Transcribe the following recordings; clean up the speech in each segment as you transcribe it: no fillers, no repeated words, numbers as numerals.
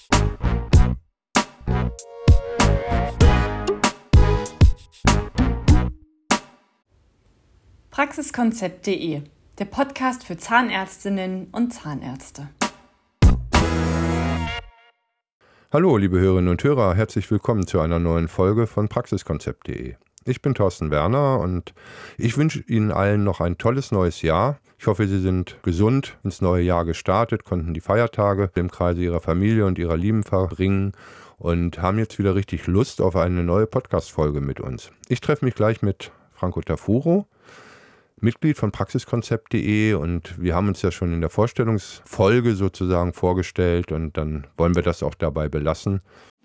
Praxiskonzept.de, der Podcast für Zahnärztinnen und Zahnärzte. Hallo, liebe Hörerinnen und Hörer, herzlich willkommen zu einer neuen Folge von Praxiskonzept.de. Ich bin Thorsten Werner und ich wünsche Ihnen allen noch ein tolles neues Jahr. Ich hoffe, Sie sind gesund ins neue Jahr gestartet, konnten die Feiertage im Kreise Ihrer Familie und Ihrer Lieben verbringen und haben jetzt wieder richtig Lust auf eine neue Podcast-Folge mit uns. Ich treffe mich gleich mit Franco Tafuro, Mitglied von Praxiskonzept.de, und wir haben uns ja schon in der Vorstellungsfolge sozusagen vorgestellt und dann wollen wir das auch dabei belassen.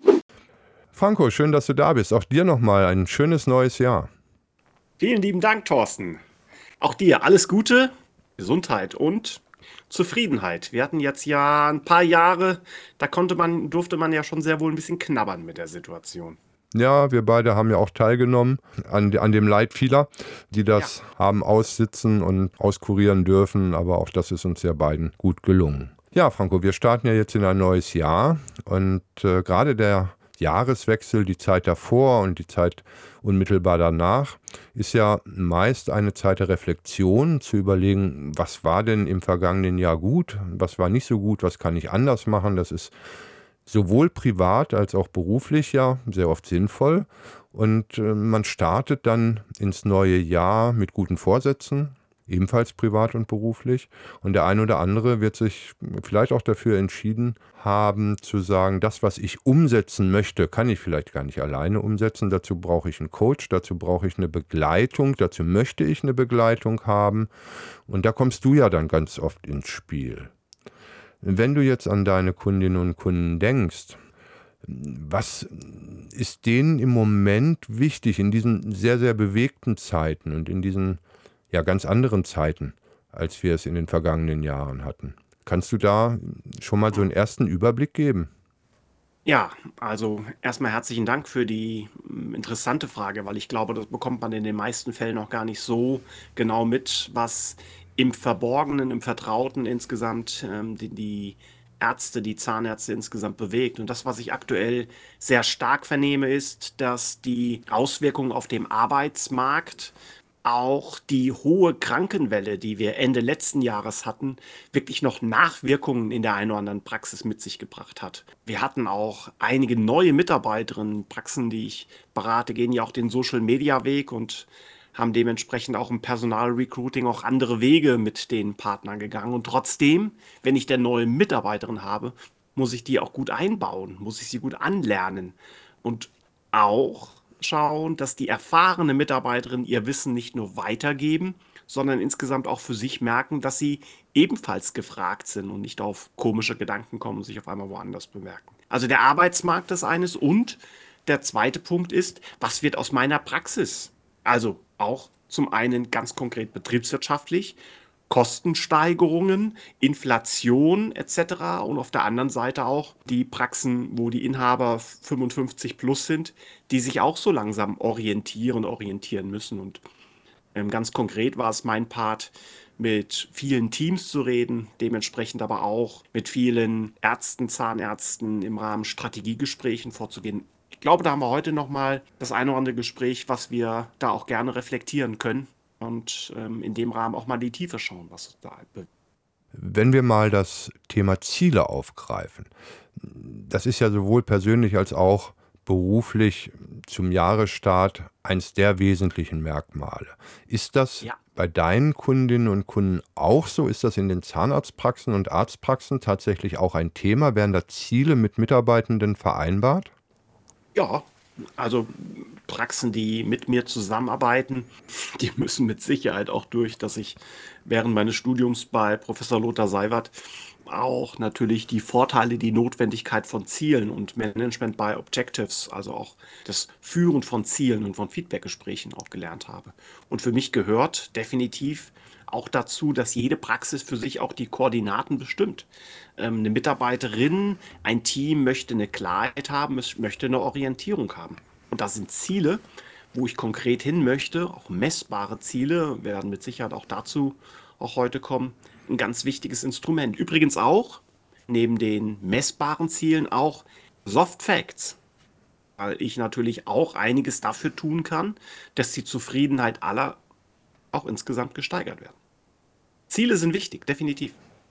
Franco, schön, dass du da bist. Auch dir nochmal ein schönes neues Jahr. Vielen lieben Dank, Thorsten. Auch dir alles Gute, Gesundheit und Zufriedenheit. Wir hatten jetzt ja ein paar Jahre, da durfte man ja schon sehr wohl ein bisschen knabbern mit der Situation. Ja, wir beide haben ja auch teilgenommen an dem Leid vieler, die das haben aussitzen und auskurieren dürfen, aber auch das ist uns ja beiden gut gelungen. Ja, Franco, wir starten ja jetzt in ein neues Jahr und gerade der Jahreswechsel, die Zeit davor und die Zeit unmittelbar danach, ist ja meist eine Zeit der Reflexion, zu überlegen, was war denn im vergangenen Jahr gut, was war nicht so gut, was kann ich anders machen. Das ist sowohl privat als auch beruflich ja sehr oft sinnvoll. Und man startet dann ins neue Jahr mit guten Vorsätzen, ebenfalls privat und beruflich. Und der eine oder andere wird sich vielleicht auch dafür entschieden haben, zu sagen, das, was ich umsetzen möchte, kann ich vielleicht gar nicht alleine umsetzen. Dazu brauche ich einen Coach, dazu brauche ich eine Begleitung, dazu möchte ich eine Begleitung haben. Und da kommst du ja dann ganz oft ins Spiel. Wenn du jetzt an deine Kundinnen und Kunden denkst, was ist denen im Moment wichtig in diesen sehr, sehr bewegten Zeiten und in diesen ja ganz anderen Zeiten, als wir es in den vergangenen Jahren hatten? Kannst du da schon mal so einen ersten Überblick geben? Ja, also erstmal herzlichen Dank für die interessante Frage, weil ich glaube, das bekommt man in den meisten Fällen noch gar nicht so genau mit, was im Verborgenen, im Vertrauten insgesamt die Ärzte, die Zahnärzte insgesamt bewegt. Und das, was ich aktuell sehr stark vernehme, ist, dass die Auswirkungen auf dem Arbeitsmarkt, auch die hohe Krankenwelle, die wir Ende letzten Jahres hatten, wirklich noch Nachwirkungen in der einen oder anderen Praxis mit sich gebracht hat. Wir hatten auch einige neue Mitarbeiterinnen, Praxen, die ich berate, gehen ja auch den Social-Media-Weg und haben dementsprechend auch im Personal-Recruiting auch andere Wege mit den Partnern gegangen. Und trotzdem, wenn ich der neue Mitarbeiterin habe, muss ich die auch gut einbauen, muss ich sie gut anlernen und auch schauen, dass die erfahrene Mitarbeiterin ihr Wissen nicht nur weitergeben, sondern insgesamt auch für sich merken, dass sie ebenfalls gefragt sind und nicht auf komische Gedanken kommen und sich auf einmal woanders bemerken. Also der Arbeitsmarkt ist eines, und der zweite Punkt ist, was wird aus meiner Praxis? Also auch zum einen ganz konkret betriebswirtschaftlich, Kostensteigerungen, Inflation etc. Und auf der anderen Seite auch die Praxen, wo die Inhaber 55 plus sind, die sich auch so langsam orientieren müssen. Und ganz konkret war es mein Part, mit vielen Teams zu reden, dementsprechend aber auch mit vielen Ärzten, Zahnärzten im Rahmen Strategiegesprächen vorzugehen. Ich glaube, da haben wir heute nochmal das eine oder andere Gespräch, was wir da auch gerne reflektieren können und in dem Rahmen auch mal in die Tiefe schauen, was da bewegt. Wenn wir mal das Thema Ziele aufgreifen, das ist ja sowohl persönlich als auch beruflich zum Jahresstart eins der wesentlichen Merkmale. Ist das Ja. bei deinen Kundinnen und Kunden auch so? Ist das in den Zahnarztpraxen und Arztpraxen tatsächlich auch ein Thema? Werden da Ziele mit Mitarbeitenden vereinbart? Ja, also Praxen, die mit mir zusammenarbeiten, die müssen mit Sicherheit auch durch, dass ich während meines Studiums bei Professor Lothar Seiwert auch natürlich die Vorteile, die Notwendigkeit von Zielen und Management by Objectives, also auch das Führen von Zielen und von Feedbackgesprächen auch gelernt habe. Und für mich gehört definitiv auch dazu, dass jede Praxis für sich auch die Koordinaten bestimmt. Eine Mitarbeiterin, ein Team möchte eine Klarheit haben, es möchte eine Orientierung haben. Und das sind Ziele, wo ich konkret hin möchte, auch messbare Ziele, werden mit Sicherheit auch dazu auch heute kommen, ein ganz wichtiges Instrument. Übrigens auch neben den messbaren Zielen auch Soft Facts, weil ich natürlich auch einiges dafür tun kann, dass die Zufriedenheit aller auch insgesamt gesteigert wird. Ziele sind wichtig, definitiv.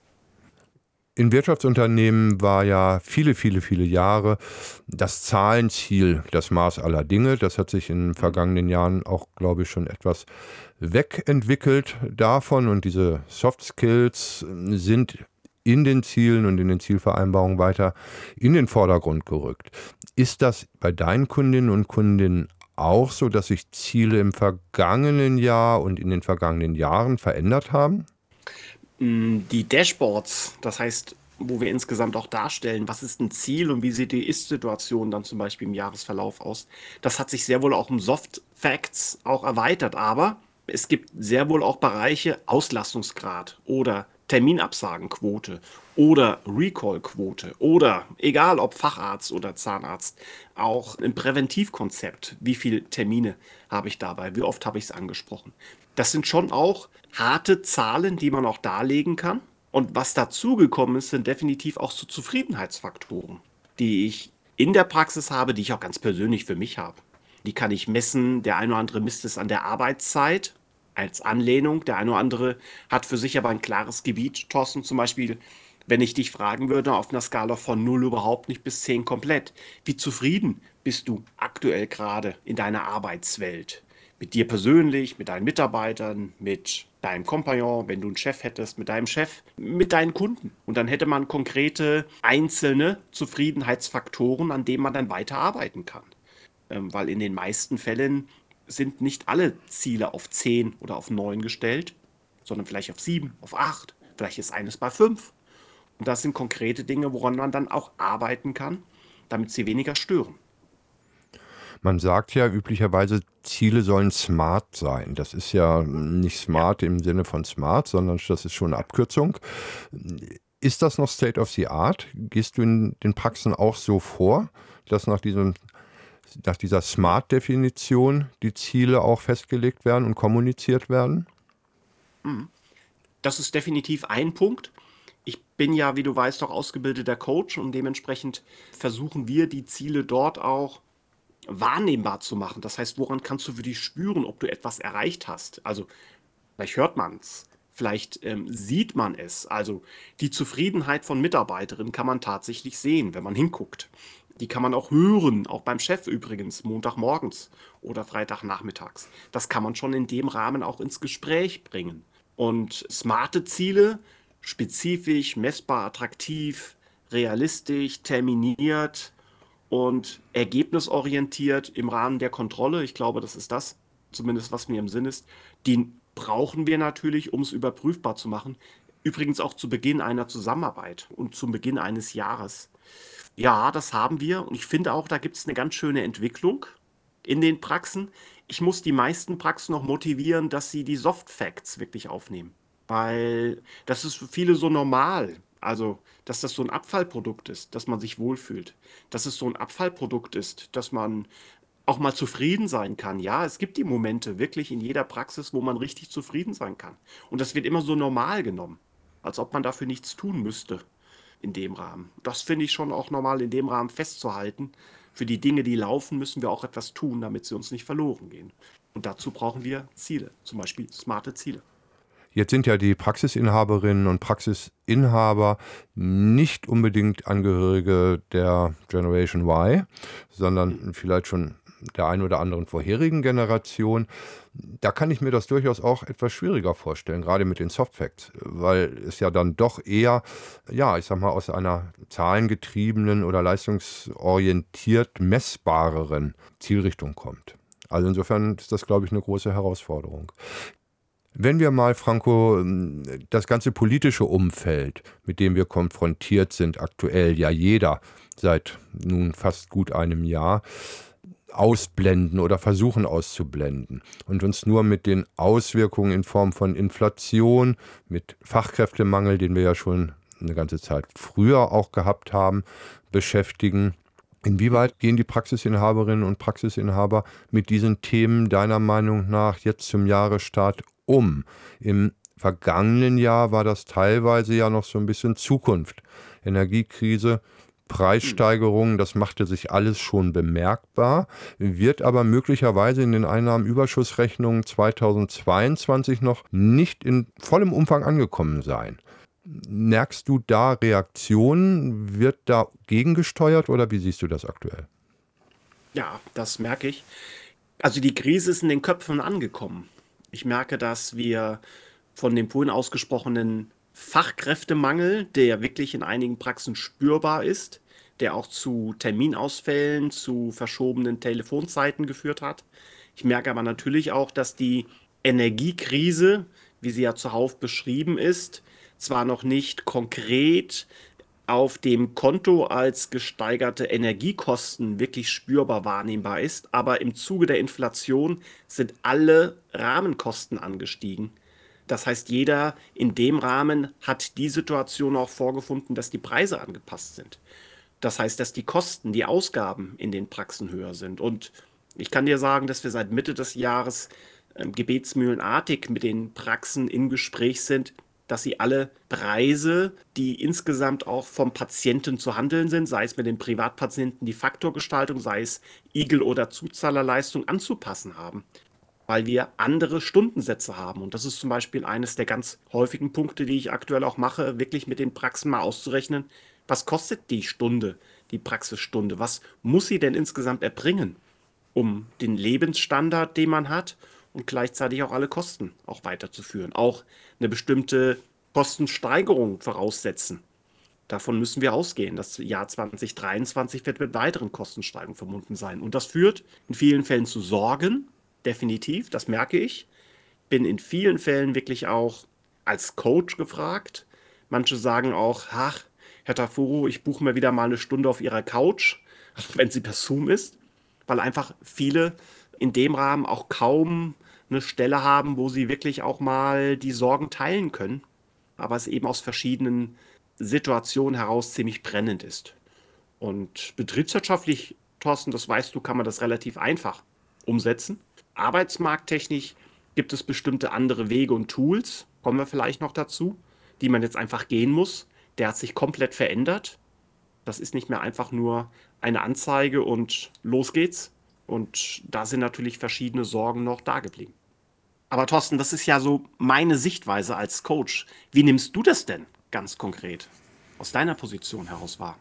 In Wirtschaftsunternehmen war ja viele, viele, viele Jahre das Zahlenziel das Maß aller Dinge. Das hat sich in den vergangenen Jahren auch, glaube ich, schon etwas wegentwickelt davon. Und diese Soft Skills sind in den Zielen und in den Zielvereinbarungen weiter in den Vordergrund gerückt. Ist das bei deinen Kundinnen und Kunden auch so, dass sich Ziele im vergangenen Jahr und in den vergangenen Jahren verändert haben? Die Dashboards, das heißt, wo wir insgesamt auch darstellen, was ist ein Ziel und wie sieht die Ist-Situation dann zum Beispiel im Jahresverlauf aus, das hat sich sehr wohl auch um Soft Facts auch erweitert, aber es gibt sehr wohl auch Bereiche Auslastungsgrad oder Terminabsagenquote oder Recallquote oder egal ob Facharzt oder Zahnarzt, auch im Präventivkonzept, wie viele Termine habe ich dabei, wie oft habe ich es angesprochen. Das sind schon auch harte Zahlen, die man auch darlegen kann. Und was dazugekommen ist, sind definitiv auch so Zufriedenheitsfaktoren, die ich in der Praxis habe, die ich auch ganz persönlich für mich habe. Die kann ich messen. Der eine oder andere misst es an der Arbeitszeit als Anlehnung. Der eine oder andere hat für sich aber ein klares Gebiet. Thorsten, zum Beispiel, wenn ich dich fragen würde, auf einer Skala von 0 überhaupt nicht bis 10 komplett, wie zufrieden bist du aktuell gerade in deiner Arbeitswelt? Mit dir persönlich, mit deinen Mitarbeitern, mit deinem Kompagnon, wenn du einen Chef hättest, mit deinem Chef, mit deinen Kunden. Und dann hätte man konkrete einzelne Zufriedenheitsfaktoren, an denen man dann weiterarbeiten kann. Weil in den meisten Fällen sind nicht alle Ziele auf 10 oder auf 9 gestellt, sondern vielleicht auf 7, auf 8, vielleicht ist eines bei 5. Und das sind konkrete Dinge, woran man dann auch arbeiten kann, damit sie weniger stören. Man sagt ja üblicherweise, Ziele sollen smart sein. Das ist ja nicht smart im Sinne von smart, sondern das ist schon eine Abkürzung. Ist das noch State of the Art? Gehst du in den Praxen auch so vor, dass nach dieser Smart-Definition die Ziele auch festgelegt werden und kommuniziert werden? Das ist definitiv ein Punkt. Ich bin ja, wie du weißt, auch ausgebildeter Coach und dementsprechend versuchen wir, die Ziele dort auch wahrnehmbar zu machen. Das heißt, woran kannst du für dich spüren, ob du etwas erreicht hast? Also, vielleicht hört man es, vielleicht sieht man es. Also, die Zufriedenheit von Mitarbeiterinnen kann man tatsächlich sehen, wenn man hinguckt. Die kann man auch hören, auch beim Chef übrigens, Montagmorgens oder Freitagnachmittags. Das kann man schon in dem Rahmen auch ins Gespräch bringen. Und smarte Ziele, spezifisch, messbar, attraktiv, realistisch, terminiert und ergebnisorientiert im Rahmen der Kontrolle. Ich glaube, das ist das, zumindest was mir im Sinn ist. Die brauchen wir natürlich, um es überprüfbar zu machen. Übrigens auch zu Beginn einer Zusammenarbeit und zum Beginn eines Jahres. Ja, das haben wir und ich finde auch, da gibt es eine ganz schöne Entwicklung in den Praxen. Ich muss die meisten Praxen noch motivieren, dass sie die Soft Facts wirklich aufnehmen, weil das ist für viele so normal. Also, dass das so ein Abfallprodukt ist, dass man sich wohlfühlt. Dass es so ein Abfallprodukt ist, dass man auch mal zufrieden sein kann. Ja, es gibt die Momente wirklich in jeder Praxis, wo man richtig zufrieden sein kann. Und das wird immer so normal genommen, als ob man dafür nichts tun müsste in dem Rahmen. Das finde ich schon auch normal in dem Rahmen festzuhalten. Für die Dinge, die laufen, müssen wir auch etwas tun, damit sie uns nicht verloren gehen. Und dazu brauchen wir Ziele, zum Beispiel smarte Ziele. Jetzt sind ja die Praxisinhaberinnen und Praxisinhaber nicht unbedingt Angehörige der Generation Y, sondern vielleicht schon der einen oder anderen vorherigen Generation. Da kann ich mir das durchaus auch etwas schwieriger vorstellen, gerade mit den Soft Facts, weil es ja dann doch eher, ja, ich sag mal, aus einer zahlengetriebenen oder leistungsorientiert messbareren Zielrichtung kommt. Also insofern ist das, glaube ich, eine große Herausforderung. Wenn wir mal, Franco, das ganze politische Umfeld, mit dem wir konfrontiert sind, aktuell ja jeder seit nun fast gut einem Jahr, ausblenden oder versuchen auszublenden und uns nur mit den Auswirkungen in Form von Inflation, mit Fachkräftemangel, den wir ja schon eine ganze Zeit früher auch gehabt haben, beschäftigen. Inwieweit gehen die Praxisinhaberinnen und Praxisinhaber mit diesen Themen deiner Meinung nach jetzt zum Jahresstart um? Im vergangenen Jahr war das teilweise ja noch so ein bisschen Zukunft. Energiekrise, Preissteigerungen, das machte sich alles schon bemerkbar, wird aber möglicherweise in den Einnahmenüberschussrechnungen 2022 noch nicht in vollem Umfang angekommen sein. Merkst du da Reaktionen? Wird da gegengesteuert oder wie siehst du das aktuell? Ja, das merke ich. Also die Krise ist in den Köpfen angekommen. Ich merke, dass wir von dem vorhin ausgesprochenen Fachkräftemangel, der wirklich in einigen Praxen spürbar ist, der auch zu Terminausfällen, zu verschobenen Telefonzeiten geführt hat. Ich merke aber natürlich auch, dass die Energiekrise, wie sie ja zuhauf beschrieben ist, zwar noch nicht konkret auf dem Konto als gesteigerte Energiekosten wirklich spürbar wahrnehmbar ist, aber im Zuge der Inflation sind alle Rahmenkosten angestiegen. Das heißt, jeder in dem Rahmen hat die Situation auch vorgefunden, dass die Preise angepasst sind. Das heißt, dass die Kosten, die Ausgaben in den Praxen höher sind. Und ich kann dir sagen, dass wir seit Mitte des Jahres gebetsmühlenartig mit den Praxen im Gespräch sind, dass sie alle Preise, die insgesamt auch vom Patienten zu handeln sind, sei es mit den Privatpatienten die Faktorgestaltung, sei es Igel- oder Zuzahlerleistung anzupassen haben, weil wir andere Stundensätze haben. Und das ist zum Beispiel eines der ganz häufigen Punkte, die ich aktuell auch mache, wirklich mit den Praxen mal auszurechnen, was kostet die Stunde, die Praxisstunde, was muss sie denn insgesamt erbringen, um den Lebensstandard, den man hat, und gleichzeitig auch alle Kosten auch weiterzuführen. Auch eine bestimmte Kostensteigerung voraussetzen. Davon müssen wir ausgehen. Das Jahr 2023 wird mit weiteren Kostensteigerungen verbunden sein. Und das führt in vielen Fällen zu Sorgen, definitiv, das merke ich. Bin in vielen Fällen wirklich auch als Coach gefragt. Manche sagen auch, ach, Herr Tafuro, ich buche mir wieder mal eine Stunde auf Ihrer Couch, wenn sie per Zoom ist, weil einfach viele in dem Rahmen auch kaum eine Stelle haben, wo sie wirklich auch mal die Sorgen teilen können, aber es eben aus verschiedenen Situationen heraus ziemlich brennend ist. Und betriebswirtschaftlich, Thorsten, das weißt du, kann man das relativ einfach umsetzen. Arbeitsmarkttechnisch gibt es bestimmte andere Wege und Tools, kommen wir vielleicht noch dazu, die man jetzt einfach gehen muss. Der hat sich komplett verändert. Das ist nicht mehr einfach nur eine Anzeige und los geht's. Und da sind natürlich verschiedene Sorgen noch da geblieben. Aber Thorsten, das ist ja so meine Sichtweise als Coach. Wie nimmst du das denn ganz konkret aus deiner Position heraus wahr?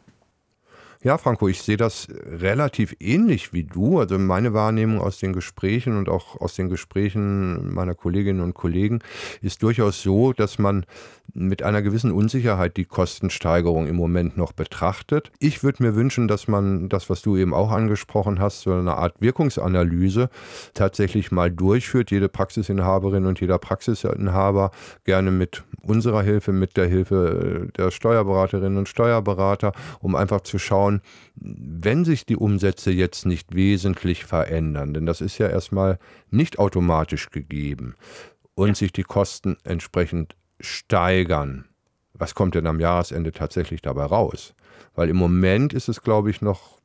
Ja, Franco, ich sehe das relativ ähnlich wie du. Also meine Wahrnehmung aus den Gesprächen und auch aus den Gesprächen meiner Kolleginnen und Kollegen ist durchaus so, dass man mit einer gewissen Unsicherheit die Kostensteigerung im Moment noch betrachtet. Ich würde mir wünschen, dass man das, was du eben auch angesprochen hast, so eine Art Wirkungsanalyse tatsächlich mal durchführt. Jede Praxisinhaberin und jeder Praxisinhaber gerne mit unserer Hilfe, mit der Hilfe der Steuerberaterinnen und Steuerberater, um einfach zu schauen, wenn sich die Umsätze jetzt nicht wesentlich verändern, denn das ist ja erstmal nicht automatisch gegeben, und sich die Kosten entsprechend steigern, was kommt denn am Jahresende tatsächlich dabei raus? Weil im Moment ist es, glaube ich, noch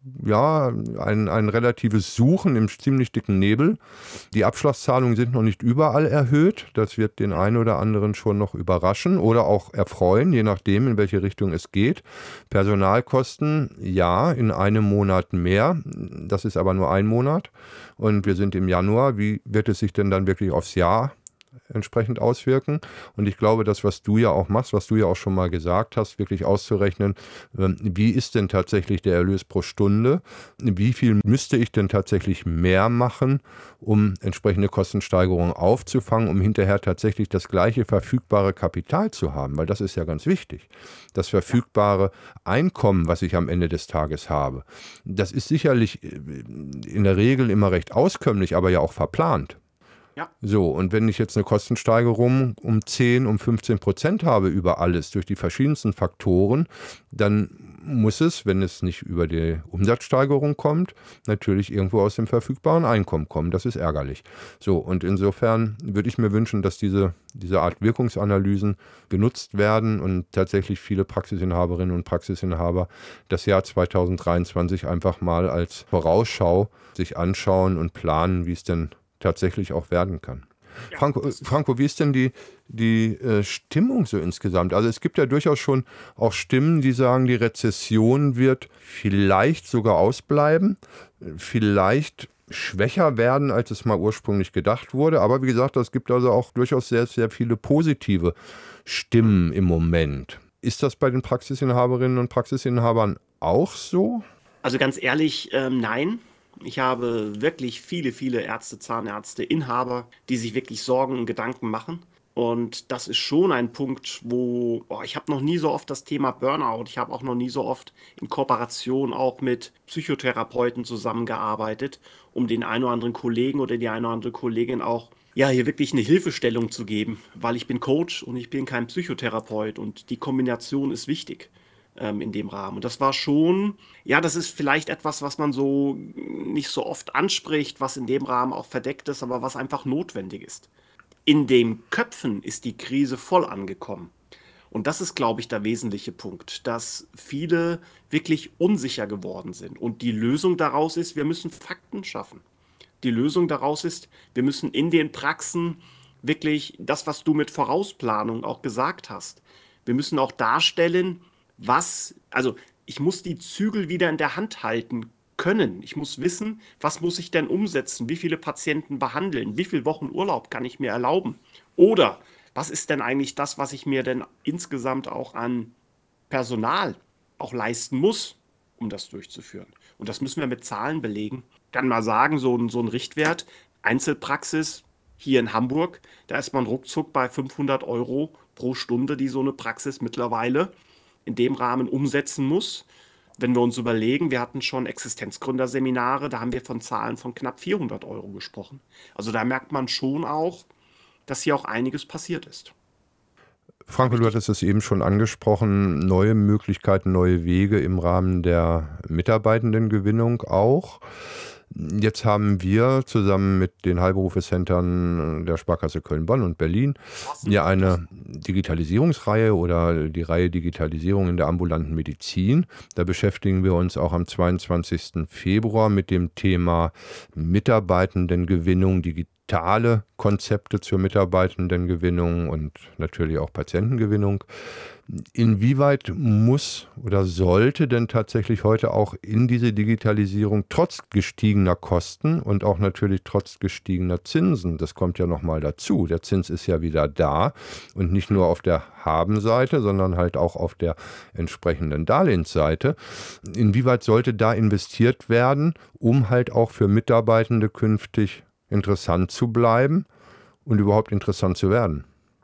ein relatives Suchen im ziemlich dicken Nebel. Die Abschlagszahlungen sind noch nicht überall erhöht. Das wird den einen oder anderen schon noch überraschen oder auch erfreuen, je nachdem, in welche Richtung es geht. Personalkosten, ja, in einem Monat mehr. Das ist aber nur ein Monat. Und wir sind im Januar. Wie wird es sich denn dann wirklich aufs Jahr entsprechend auswirken? Und ich glaube, das, was du ja auch machst, was du ja auch schon mal gesagt hast, wirklich auszurechnen, wie ist denn tatsächlich der Erlös pro Stunde? Wie viel müsste ich denn tatsächlich mehr machen, um entsprechende Kostensteigerungen aufzufangen, um hinterher tatsächlich das gleiche verfügbare Kapital zu haben? Weil das ist ja ganz wichtig. Das verfügbare Einkommen, was ich am Ende des Tages habe, das ist sicherlich in der Regel immer recht auskömmlich, aber ja auch verplant. Ja. So, und wenn ich jetzt eine Kostensteigerung um 10, um 15% habe über alles, durch die verschiedensten Faktoren, dann muss es, wenn es nicht über die Umsatzsteigerung kommt, natürlich irgendwo aus dem verfügbaren Einkommen kommen. Das ist ärgerlich. So, und insofern würde ich mir wünschen, dass diese Art Wirkungsanalysen genutzt werden und tatsächlich viele Praxisinhaberinnen und Praxisinhaber das Jahr 2023 einfach mal als Vorausschau sich anschauen und planen, wie es denn tatsächlich auch werden kann. Ja, Franco, wie ist denn die Stimmung so insgesamt? Also es gibt ja durchaus schon auch Stimmen, die sagen, die Rezession wird vielleicht sogar ausbleiben, vielleicht schwächer werden, als es mal ursprünglich gedacht wurde. Aber wie gesagt, es gibt also auch durchaus sehr, sehr viele positive Stimmen im Moment. Ist das bei den Praxisinhaberinnen und Praxisinhabern auch so? also ganz ehrlich, nein. Ich habe wirklich viele, viele Ärzte, Zahnärzte, Inhaber, die sich wirklich Sorgen und Gedanken machen. Und das ist schon ein Punkt, wo ich habe noch nie so oft das Thema Burnout, ich habe auch noch nie so oft in Kooperation auch mit Psychotherapeuten zusammengearbeitet, um den einen oder anderen Kollegen oder die eine oder andere Kollegin auch ja hier wirklich eine Hilfestellung zu geben, weil ich bin Coach und ich bin kein Psychotherapeut und die Kombination ist wichtig in dem Rahmen. Und das war schon, ja, das ist vielleicht etwas, was man so nicht so oft anspricht, was in dem Rahmen auch verdeckt ist, aber was einfach notwendig ist. In den Köpfen ist die Krise voll angekommen. Und das ist, glaube ich, der wesentliche Punkt, dass viele wirklich unsicher geworden sind. Und die Lösung daraus ist, wir müssen Fakten schaffen. Die Lösung daraus ist, wir müssen in den Praxen wirklich das, was du mit Vorausplanung auch gesagt hast. Wir müssen auch darstellen, also ich muss die Zügel wieder in der Hand halten können. Ich muss wissen, was muss ich denn umsetzen? Wie viele Patienten behandeln? Wie viele Wochen Urlaub kann ich mir erlauben? Oder was ist denn eigentlich das, was ich mir denn insgesamt auch an Personal auch leisten muss, um das durchzuführen? Und das müssen wir mit Zahlen belegen. Ich kann mal sagen, so ein Richtwert, Einzelpraxis hier in Hamburg, da ist man ruckzuck bei 500 € pro Stunde, die so eine Praxis mittlerweile in dem Rahmen umsetzen muss. Wenn wir uns überlegen, wir hatten schon Existenzgründerseminare, da haben wir von Zahlen von knapp 400 € gesprochen. Also da merkt man schon auch, dass hier auch einiges passiert ist. Franco, du hattest es eben schon angesprochen, neue Möglichkeiten, neue Wege im Rahmen der Mitarbeitendengewinnung auch. Jetzt haben wir zusammen mit den Heilberufecentern der Sparkasse Köln-Bonn und Berlin ja eine Digitalisierungsreihe oder die Reihe Digitalisierung in der ambulanten Medizin. Da beschäftigen wir uns auch am 22. Februar mit dem Thema Mitarbeitendengewinnung, digitale Konzepte zur Mitarbeitendengewinnung und natürlich auch Patientengewinnung. Inwieweit muss oder sollte denn tatsächlich heute auch in diese Digitalisierung trotz gestiegener Kosten und auch natürlich trotz gestiegener Zinsen, das kommt ja nochmal dazu, der Zins ist ja wieder da und nicht nur auf der Habenseite, sondern halt auch auf der entsprechenden Darlehensseite. Inwieweit sollte da investiert werden, um halt auch für Mitarbeitende künftig interessant zu bleiben und überhaupt interessant zu werden?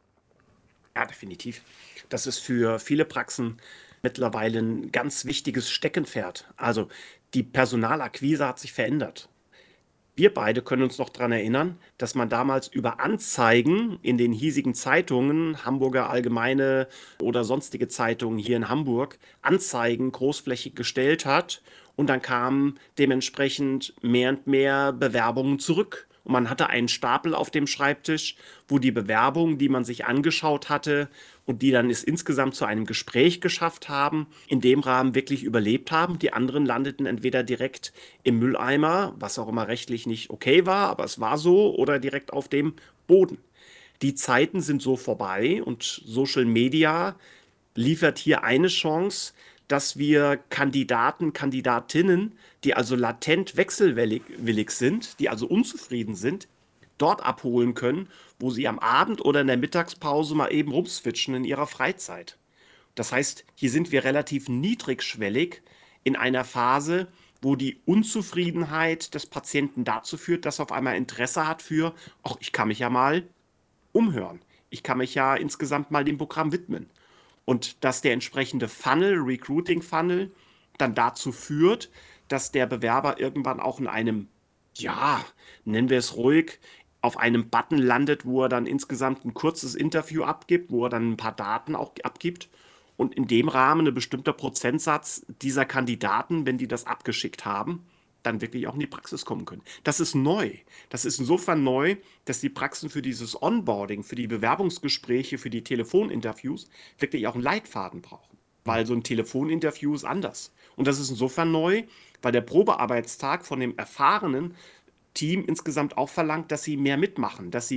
Ja, definitiv. Das ist für viele Praxen mittlerweile ein ganz wichtiges Steckenpferd. Also die Personalakquise hat sich verändert. Wir beide können uns noch daran erinnern, dass man damals über Anzeigen in den hiesigen Zeitungen, Hamburger Allgemeine oder sonstige Zeitungen hier in Hamburg, Anzeigen großflächig gestellt hat und dann kamen dementsprechend mehr und mehr Bewerbungen zurück. Und man hatte einen Stapel auf dem Schreibtisch, wo die Bewerbungen, die man sich angeschaut hatte und die dann es insgesamt zu einem Gespräch geschafft haben, in dem Rahmen wirklich überlebt haben. Die anderen landeten entweder direkt im Mülleimer, was auch immer rechtlich nicht okay war, aber es war so, oder direkt auf dem Boden. Die Zeiten sind so vorbei und Social Media liefert hier eine Chance, dass wir Kandidaten, Kandidatinnen, die also latent wechselwillig sind, die also unzufrieden sind, dort abholen können, wo sie am Abend oder in der Mittagspause mal eben rumswitchen in ihrer Freizeit. Das heißt, hier sind wir relativ niedrigschwellig in einer Phase, wo die Unzufriedenheit des Patienten dazu führt, dass er auf einmal Interesse hat für, ach, ich kann mich ja mal umhören. Ich kann mich ja insgesamt mal dem Programm widmen. Und dass der entsprechende Funnel, Recruiting Funnel, dann dazu führt, dass der Bewerber irgendwann auch in einem, ja, nennen wir es ruhig, auf einem Button landet, wo er dann insgesamt ein kurzes Interview abgibt, wo er dann ein paar Daten auch abgibt und in dem Rahmen ein bestimmter Prozentsatz dieser Kandidaten, wenn die das abgeschickt haben, dann wirklich auch in die Praxis kommen können. Das ist neu. Das ist insofern neu, dass die Praxen für dieses Onboarding, für die Bewerbungsgespräche, für die Telefoninterviews wirklich auch einen Leitfaden brauchen. Weil so ein Telefoninterview ist anders. Und das ist insofern neu, weil der Probearbeitstag von dem erfahrenen Team insgesamt auch verlangt, dass sie mehr mitmachen, dass sie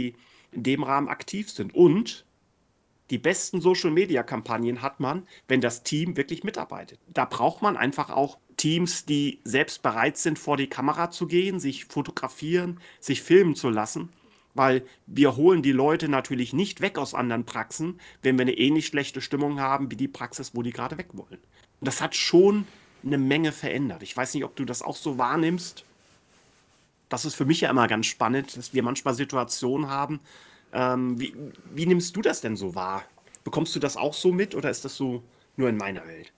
in dem Rahmen aktiv sind. Und die besten Social-Media-Kampagnen hat man, wenn das Team wirklich mitarbeitet. Da braucht man einfach auch Teams, die selbst bereit sind, vor die Kamera zu gehen, sich fotografieren, sich filmen zu lassen. Weil wir holen die Leute natürlich nicht weg aus anderen Praxen, wenn wir eine ähnlich schlechte Stimmung haben wie die Praxis, wo die gerade weg wollen. Und das hat schon eine Menge verändert. Ich weiß nicht, ob du das auch so wahrnimmst. Das ist für mich ja immer ganz spannend, dass wir manchmal Situationen haben. Wie nimmst du das denn so wahr? Bekommst du das auch so mit oder ist das so nur in meiner Welt?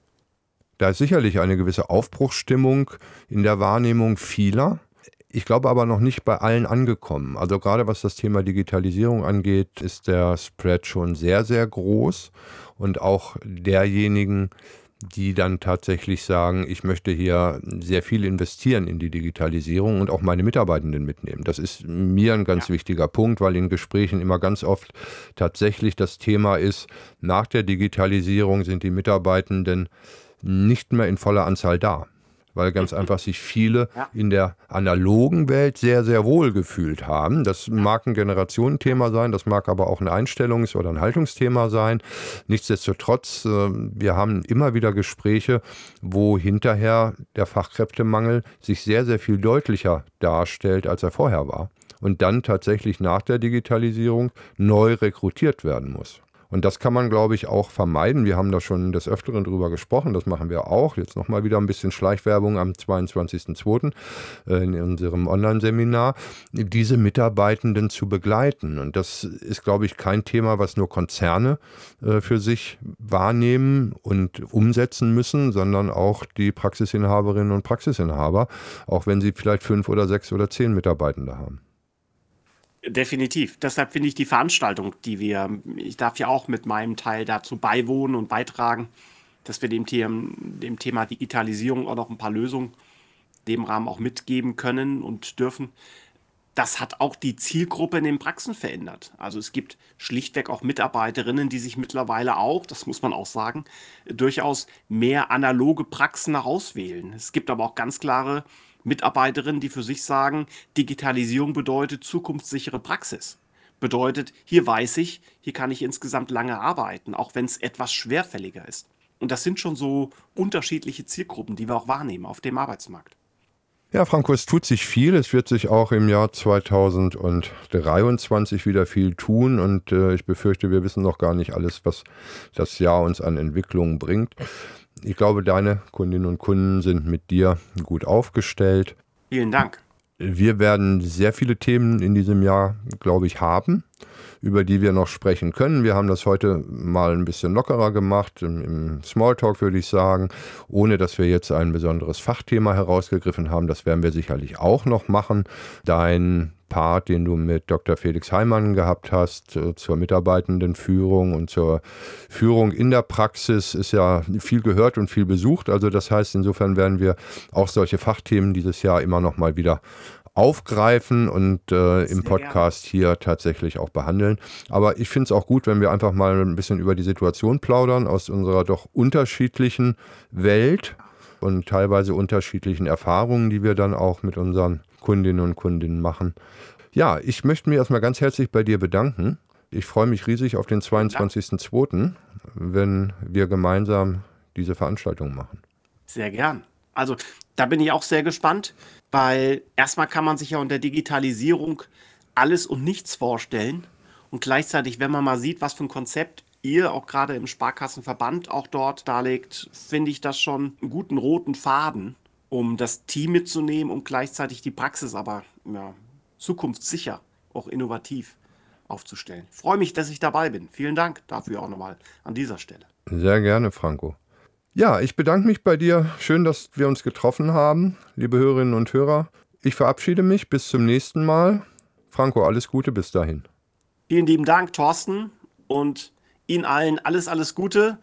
Da ist sicherlich eine gewisse Aufbruchsstimmung in der Wahrnehmung vieler. Ich glaube aber noch nicht bei allen angekommen. Also gerade was das Thema Digitalisierung angeht, ist der Spread schon sehr, sehr groß. Und auch derjenigen, die dann tatsächlich sagen, ich möchte hier sehr viel investieren in die Digitalisierung und auch meine Mitarbeitenden mitnehmen. Das ist mir ein ganz wichtiger Punkt, weil in Gesprächen immer ganz oft tatsächlich das Thema ist, nach der Digitalisierung sind die Mitarbeitenden nicht mehr in voller Anzahl da, weil ganz einfach sich viele in der analogen Welt sehr, sehr wohl gefühlt haben. Das mag ein Generationenthema sein, das mag aber auch ein Einstellungs- oder ein Haltungsthema sein. Nichtsdestotrotz, wir haben immer wieder Gespräche, wo hinterher der Fachkräftemangel sich sehr, sehr viel deutlicher darstellt, als er vorher war. Und dann tatsächlich nach der Digitalisierung neu rekrutiert werden muss. Und das kann man, glaube ich, auch vermeiden. Wir haben da schon des Öfteren drüber gesprochen. Das machen wir auch. Jetzt nochmal wieder ein bisschen Schleichwerbung am 22.02. In unserem Online-Seminar, diese Mitarbeitenden zu begleiten. Und das ist, glaube ich, kein Thema, was nur Konzerne für sich wahrnehmen und umsetzen müssen, sondern auch die Praxisinhaberinnen und Praxisinhaber, auch wenn sie vielleicht 5 oder 6 oder 10 Mitarbeitende haben. Definitiv. Deshalb finde ich die Veranstaltung, ich darf ja auch mit meinem Teil dazu beiwohnen und beitragen, dass wir dem Thema Digitalisierung auch noch ein paar Lösungen in dem Rahmen auch mitgeben können und dürfen. Das hat auch die Zielgruppe in den Praxen verändert. Also es gibt schlichtweg auch Mitarbeiterinnen, die sich mittlerweile auch, das muss man auch sagen, durchaus mehr analoge Praxen herauswählen. Es gibt aber auch ganz klare Mitarbeiterinnen, die für sich sagen, Digitalisierung bedeutet zukunftssichere Praxis. Bedeutet, hier weiß ich, hier kann ich insgesamt lange arbeiten, auch wenn es etwas schwerfälliger ist. Und das sind schon so unterschiedliche Zielgruppen, die wir auch wahrnehmen auf dem Arbeitsmarkt. Ja, Franco, es tut sich viel. Es wird sich auch im Jahr 2023 wieder viel tun. Und ich befürchte, wir wissen noch gar nicht alles, was das Jahr uns an Entwicklungen bringt. Ich glaube, deine Kundinnen und Kunden sind mit dir gut aufgestellt. Vielen Dank. Wir werden sehr viele Themen in diesem Jahr, glaube ich, haben, über die wir noch sprechen können. Wir haben das heute mal ein bisschen lockerer gemacht, im Smalltalk würde ich sagen, ohne dass wir jetzt ein besonderes Fachthema herausgegriffen haben. Das werden wir sicherlich auch noch machen. Dein Part, den du mit Dr. Felix Heimann gehabt hast, zur Mitarbeitendenführung und zur Führung in der Praxis, ist ja viel gehört und viel besucht. Also das heißt, insofern werden wir auch solche Fachthemen dieses Jahr immer noch mal wieder aufgreifen und im Podcast hier tatsächlich auch behandeln. Aber ich finde es auch gut, wenn wir einfach mal ein bisschen über die Situation plaudern aus unserer doch unterschiedlichen Welt und teilweise unterschiedlichen Erfahrungen, die wir dann auch mit unseren Kundinnen und Kunden machen. Ja, ich möchte mich erstmal ganz herzlich bei dir bedanken. Ich freue mich riesig auf den 22.02., wenn wir gemeinsam diese Veranstaltung machen. Sehr gern. Also da bin ich auch sehr gespannt, weil erstmal kann man sich ja unter Digitalisierung alles und nichts vorstellen. Und gleichzeitig, wenn man mal sieht, was für ein Konzept ihr auch gerade im Sparkassenverband auch dort darlegt, finde ich das schon einen guten roten Faden, um das Team mitzunehmen und gleichzeitig die Praxis aber zukunftssicher, auch innovativ aufzustellen. Ich freue mich, dass ich dabei bin. Vielen Dank dafür auch nochmal an dieser Stelle. Sehr gerne, Franco. Ja, ich bedanke mich bei dir. Schön, dass wir uns getroffen haben, liebe Hörerinnen und Hörer. Ich verabschiede mich. Bis zum nächsten Mal. Franco, alles Gute bis dahin. Vielen lieben Dank, Thorsten, und Ihnen allen alles Gute.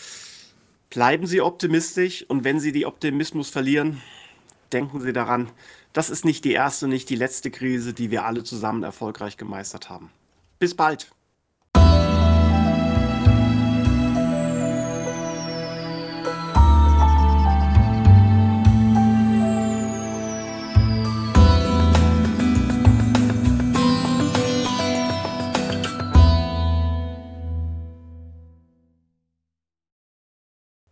Bleiben Sie optimistisch und wenn Sie die Optimismus verlieren, denken Sie daran, das ist nicht die erste, nicht die letzte Krise, die wir alle zusammen erfolgreich gemeistert haben. Bis bald.